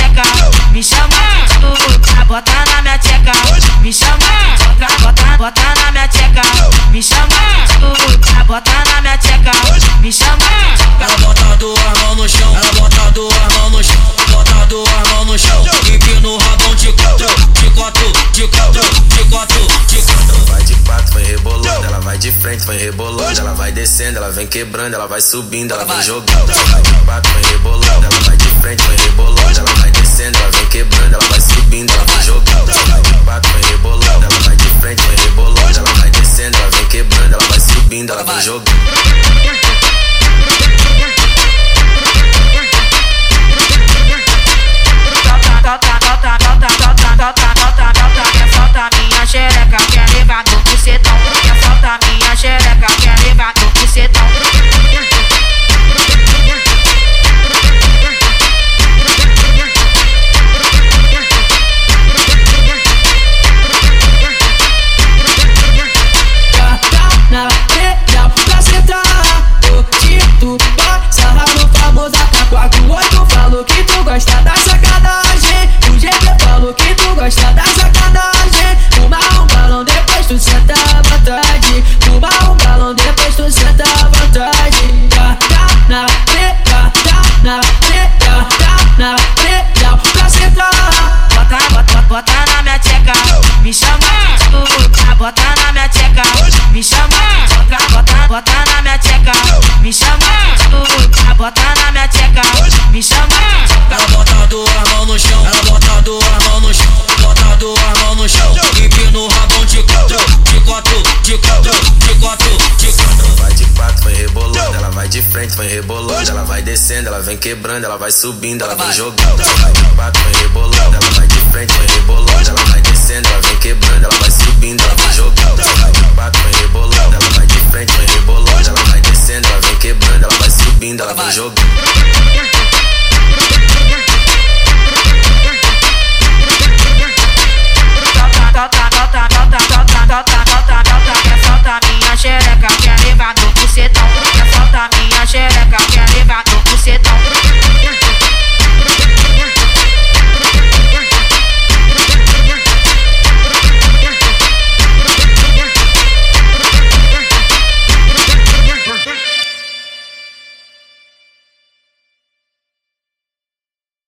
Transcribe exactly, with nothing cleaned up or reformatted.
tcheca, me chama de louca, bota na minha tcheca, me chama de louca, bota, bota na minha tcheca, me chama de louca, bota na minha tcheca, me chama de louca. Ela bota duas mãos no chão, ela bota duas mãos no chão, bota duas mãos no chão, pique no rabão de quatro, de quatro, de quatro, de quatro, de quatro. Ela vai de quatro, vai rebolando, ela vai de frente, vai rebolando, ela vai descendo, ela vem quebrando, ela vai subindo, ela vem jogando. Ela vai de quatro, vai rebolando, ela vai de frente, vai rebolando, ela vai descendo, ela vem quebrando, ela vai subindo, ela vem jogando. Ela vai de quatro, vai rebolando, ela vai de frente, vai rebolando, ela vai descendo, ela vem quebrando, ela vai subindo, ela vem jogando. Solta minha xereca, quer levar no bucetão. Solta minha xereca, quer levar no bucetão. Na pedal pra sentar, hoje tu vai sarrar no famoso A K quatro oito. Falou que tu gosta da sacanagem, o G P falou que tu gosta da sacanagem. Fuma um balão, depois tu senta à vontade. Fuma um balão, depois tu senta à vontade. Tá, tá, na pedal, tá, na pedal, tá, na pedal pra sentar. Bota, bota, bota na minha tcheca, me chama de louca, bota na minha tcheca, me chama de louca, bota, bota na minha tcheca, me chama de louca, bota na minha tcheca, me chama de louca. Ela bota duas mãos no chão, ela bota duas mãos no chão, bota duas mãos no chão, pique no rabão de quatro, de quatro, de quatro, de quatro, de quatro. Ela vai de quatro, vai rebolando, ela vai de frente, vai rebolando, ela vai descendo, ela vem quebrando, ela vai subindo, ela vem jogando. Ela vai de quatro, vai rebolando, ela vai de frente, vai rebolando, ela vai descendo, ela vem quebrando, ela vai subindo, ela vem jogando. Ela vai de quatro, vai rebolando, ela vai de frente, vai rebolando, ela vai descendo, ela vem quebrando, ela vai subindo, ela vem jogando.